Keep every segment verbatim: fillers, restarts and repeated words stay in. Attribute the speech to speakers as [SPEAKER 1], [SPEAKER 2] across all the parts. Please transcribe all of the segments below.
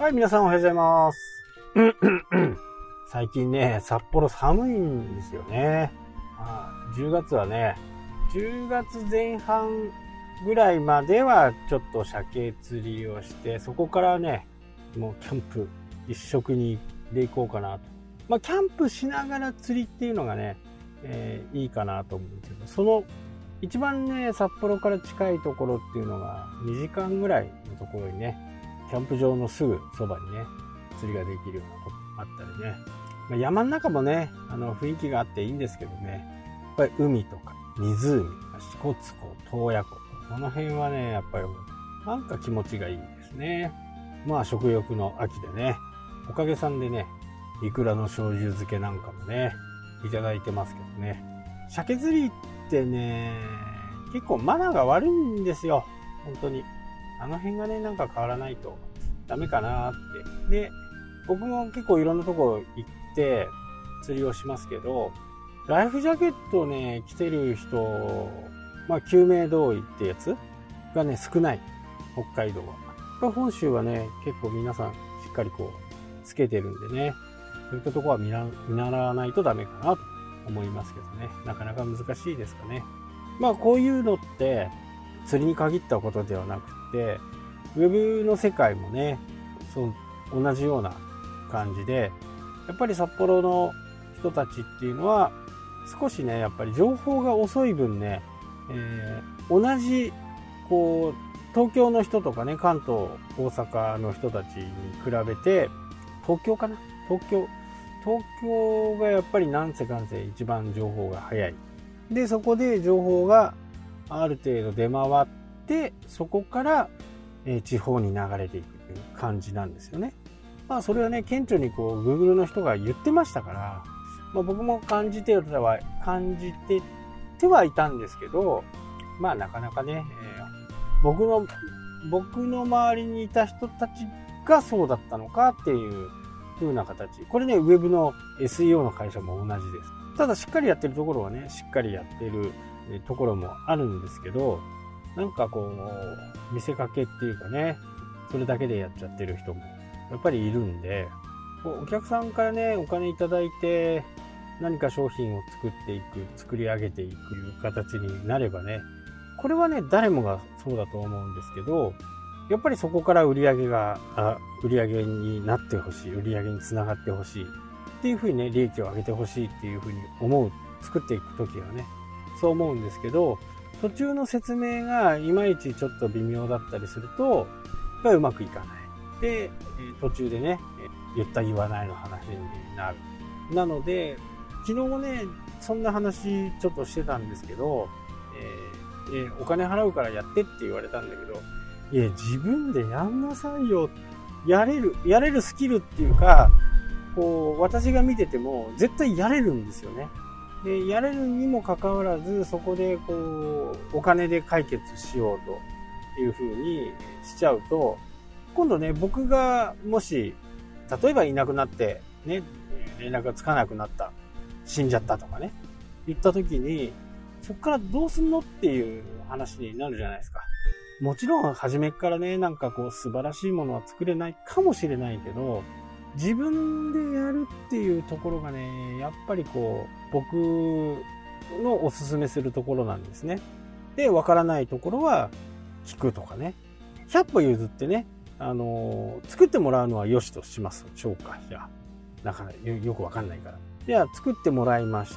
[SPEAKER 1] はい、皆さんおはようございます。最近ね、札幌寒いんですよね。まあ、じゅうがつはね、じゅうがつぜん半ぐらいまではちょっと鮭釣りをして、そこからね、もうキャンプ一色にで行こうかなと。まあ、キャンプしながら釣りっていうのがね、えー、いいかなと思うんですけど、その一番ね、札幌から近いところっていうのがにじかんぐらいのところにね、キャンプ場のすぐそばにね、釣りができるようなとこあったりね。まあ、山の中もね、あの雰囲気があっていいんですけどね、やっぱり海とか湖、支笏湖、洞爺湖、この辺はね、やっぱりなんか気持ちがいいですね。まあ食欲の秋でね、おかげさんでね、イクラの醤油漬けなんかもね、いただいてますけどね。鮭釣りってね、結構マナーが悪いんですよ、本当に。あの辺がね、なんか変わらないとダメかなって。で、僕も結構いろんなとこ行って釣りをしますけど、ライフジャケットをね、着てる人、まあ救命胴衣ってやつがね、少ない。北海道は。本州はね、結構皆さんしっかりこう、つけてるんでね、そういったとこは見習わないとダメかなと思いますけどね。なかなか難しいですかね。まあこういうのって釣りに限ったことではなくて、ウェブの世界もね、そう同じような感じで、やっぱり札幌の人たちっていうのは少しね、やっぱり情報が遅い分ね、えー、同じこう東京の人とかね、関東大阪の人たちに比べて、東京かな東京東京がやっぱりなんせかんせ一番情報が早い。で、そこで情報がある程度出回って、そこから、えー、地方に流れていくという感じなんですよね。まあそれはね、顕著にこう Google の人が言ってましたから、まあ、僕も感じては感じててはいたんですけど、まあなかなかね、えー、僕の僕の周りにいた人たちがそうだったのかっていう風な形。これね、ウェブの エスイーオー の会社も同じです。ただしっかりやってるところはね、しっかりやってるところもあるんですけど、なんかこう見せかけっていうかね、それだけでやっちゃってる人もやっぱりいるんで、お客さんからね、お金いただいて何か商品を作っていく、作り上げていく形になればね、これはね、誰もがそうだと思うんですけど、やっぱりそこから売り上げがあ売り上げになってほしい、売り上げにつながってほしいっていうふうにね、利益を上げてほしいっていうふうに思う、作っていくときはね、そう思うんですけど、途中の説明がいまいちちょっと微妙だったりすると、やっぱりうまくいかない。で、途中でね、言った言わないの話になる。なので、昨日もね、そんな話ちょっとしてたんですけど、えーえー、お金払うからやってって言われたんだけど、いや、自分でやんなさいよ。やれる、やれるスキルっていうか、こう、私が見てても絶対やれるんですよね。で、やれるにもかかわらず、そこでこう、お金で解決しようという風にしちゃうと、今度ね、僕がもし、例えばいなくなって、ね、連絡がつかなくなった、死んじゃったとかね、言った時に、そこからどうすんのっていう話になるじゃないですか。もちろん初めからね、なんかこう素晴らしいものは作れないかもしれないけど、自分でやるっていうところがね、やっぱりこう僕のおすすめするところなんですね。で、わからないところは聞くとかね。ひゃっぽ譲ってね、あのー、作ってもらうのは良しとします。しょうか。じゃあ、なかなか よ, よくわかんないから。じゃあ作ってもらいました。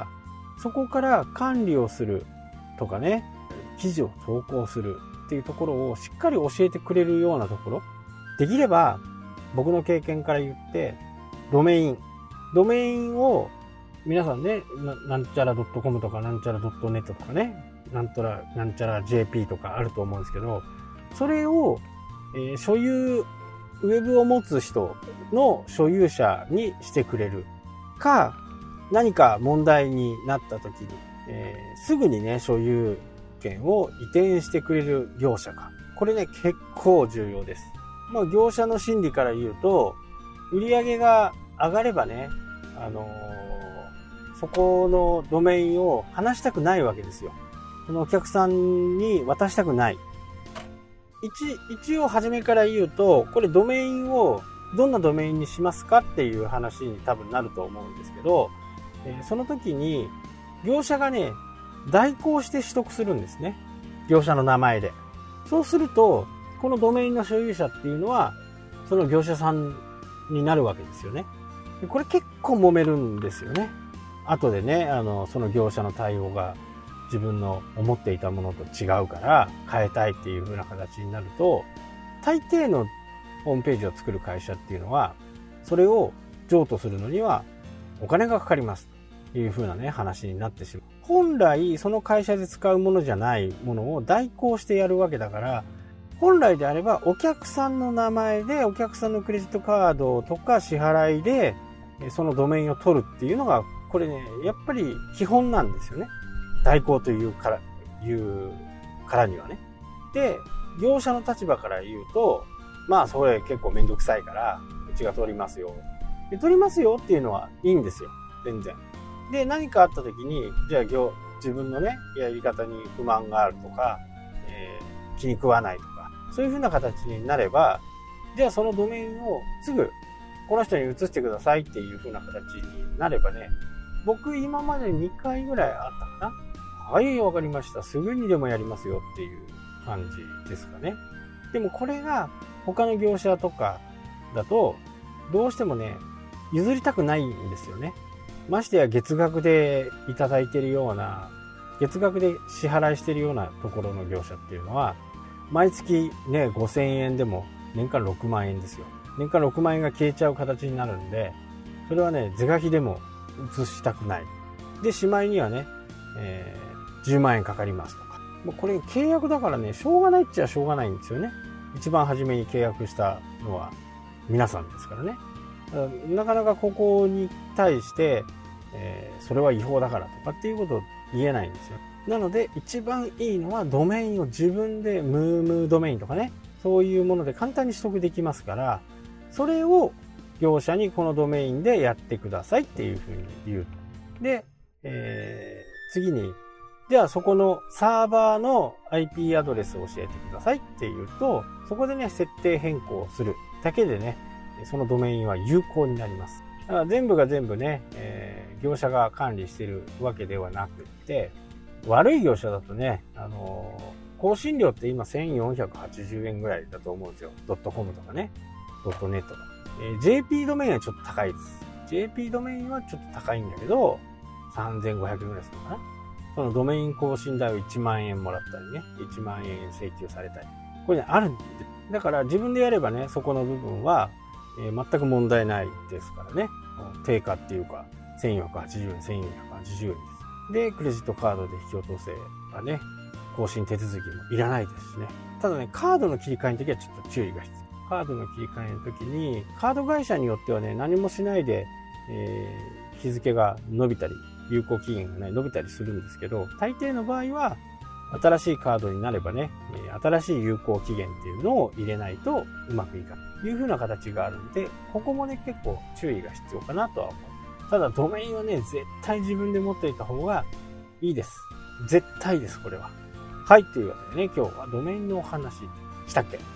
[SPEAKER 1] そこから管理をするとかね、記事を投稿するっていうところをしっかり教えてくれるようなところ。できれば、僕の経験から言って、ドメイン。ドメインを、皆さんね、な, なんちゃら .com とかなんちゃら .net とかね、なんとら、なんちゃら ジェーピー とかあると思うんですけど、それを、えー、所有、ウェブを持つ人の所有者にしてくれるか、何か問題になった時に、えー、すぐにね、所有権を移転してくれる業者か。これね、結構重要です。まあ、業者の心理から言うと、売上が上がればね、あのー、そこのドメインを離したくないわけですよ。そのお客さんに渡したくない。 一、一応初めから言うと、これドメインをどんなドメインにしますかっていう話に多分なると思うんですけど、えー、その時に業者がね、代行して取得するんですね。業者の名前で。そうすると、このドメインの所有者っていうのは、その業者さんになるわけですよね。でこれ結構揉めるんですよね。後でね、あの、その業者の対応が自分の思っていたものと違うから変えたいっていう風な形になると、大抵のホームページを作る会社っていうのは、それを譲渡するのにはお金がかかりますという風なね、話になってしまう。本来その会社で使うものじゃないものを代行してやるわけだから、本来であればお客さんの名前でお客さんのクレジットカードとか支払いでそのドメインを取るっていうのが、これね、やっぱり基本なんですよね。代行というから、いうからにはね。で、業者の立場から言うと、まあそれ結構めんどくさいから、うちが取りますよ。で、取りますよっていうのはいいんですよ。全然。で、何かあった時に、じゃあ業、自分のね、やり方に不満があるとか、えー、気に食わないとか、そういう風な形になれば、じゃあそのドメインをすぐこの人に移してくださいっていう風な形になればね、僕今までにかいぐらいあったかな。はい、わかりました。すぐにでもやりますよっていう感じですかね。でもこれが他の業者とかだと、どうしてもね、譲りたくないんですよね。ましてや月額でいただいているような、月額で支払いしているようなところの業者っていうのは、毎月ね、ごせんえんでも年間ろくまんえんですよ。年間ろくまんえんが消えちゃう形になるんで、それはね、是が非でも移したくない。で、しまいにはね、えー、じゅうまんえんかかりますとか。もうこれ契約だからね、しょうがないっちゃしょうがないんですよね。一番初めに契約したのは皆さんですからね。なかなかここに対して、えー、それは違法だからとかっていうことを言えないんですよ。なので一番いいのはドメインを自分でムームードメインとかね、そういうもので簡単に取得できますから、それを業者にこのドメインでやってくださいっていうふうに言う。で、えー、次に、じゃあそこのサーバーの アイピー アドレスを教えてくださいっていうと、そこでね、設定変更するだけでね、そのドメインは有効になります。だから全部が全部ね、えー、業者が管理しているわけではなくって、悪い業者だとね、あのー、更新料って今せんよんひゃくはちじゅうえんぐらいだと思うんですよ。ドットコムとかね、ドットネットとか。えー、ジェーピー ドメインはちょっと高いです。ジェーピー ドメインはちょっと高いんだけど、さんぜんごひゃくえんぐらいするのかな。そのドメイン更新代をいちまんえんもらったりね、いちまんえん請求されたり。これね、あるんで。だから自分でやればね、そこの部分は、えー、全く問題ないですからね。定価っていうか、せんよんひゃくはちじゅうえん、せんよんひゃくはちじゅうえんです。で、クレジットカードで引き落とせばね、更新手続きもいらないですしね。ただね、カードの切り替えの時はちょっと注意が必要。カードの切り替えの時に、カード会社によってはね、何もしないで、えー、日付が伸びたり、有効期限がね、伸びたりするんですけど、大抵の場合は、新しいカードになればね、新しい有効期限っていうのを入れないとうまくいかないという風な形があるんで、ここもね、結構注意が必要かなとは思う。ただ、ドメインはね、絶対自分で持っていた方がいいです。絶対です、これは。はい、というわけでね、今日はドメインのお話したっけ